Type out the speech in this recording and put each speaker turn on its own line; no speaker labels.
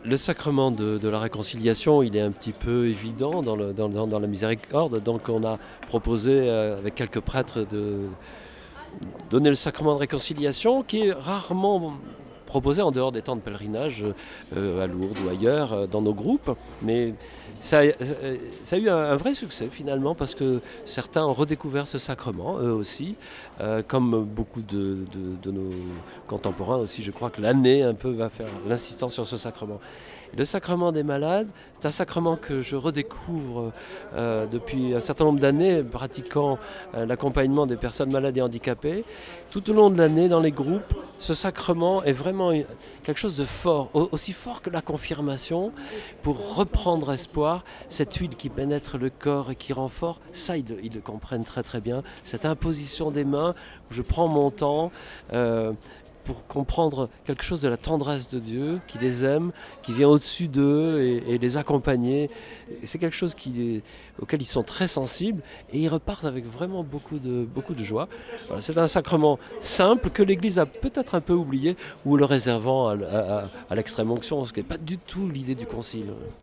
Le sacrement de la réconciliation, il est un petit peu évident dans la miséricorde. Donc on a proposé avec quelques prêtres de donner le sacrement de réconciliation qui est rarement proposé en dehors des temps de pèlerinage à Lourdes ou ailleurs dans nos groupes. Mais ça a eu un vrai succès finalement parce que certains ont redécouvert ce sacrement, eux aussi, comme beaucoup de nos contemporains aussi. Je crois que l'année un peu va faire l'insistance sur ce sacrement. Le sacrement des malades, c'est un sacrement que je redécouvre depuis un certain nombre d'années, pratiquant l'accompagnement des personnes malades et handicapées. Tout au long de l'année, dans les groupes, ce sacrement est vraiment quelque chose de fort, aussi fort que la confirmation, pour reprendre espoir, cette huile qui pénètre le corps et qui rend fort. Ça, ils le comprennent très très bien. Cette imposition des mains, où je prends mon temps pour comprendre quelque chose de la tendresse de Dieu, qui les aime, qui vient au-dessus d'eux et les accompagner. Et c'est quelque chose auquel ils sont très sensibles et ils repartent avec vraiment beaucoup de joie. Voilà, c'est un sacrement simple que l'Église a peut-être un peu oublié ou le réservant à l'extrême onction, ce qui n'est pas du tout l'idée du Concile.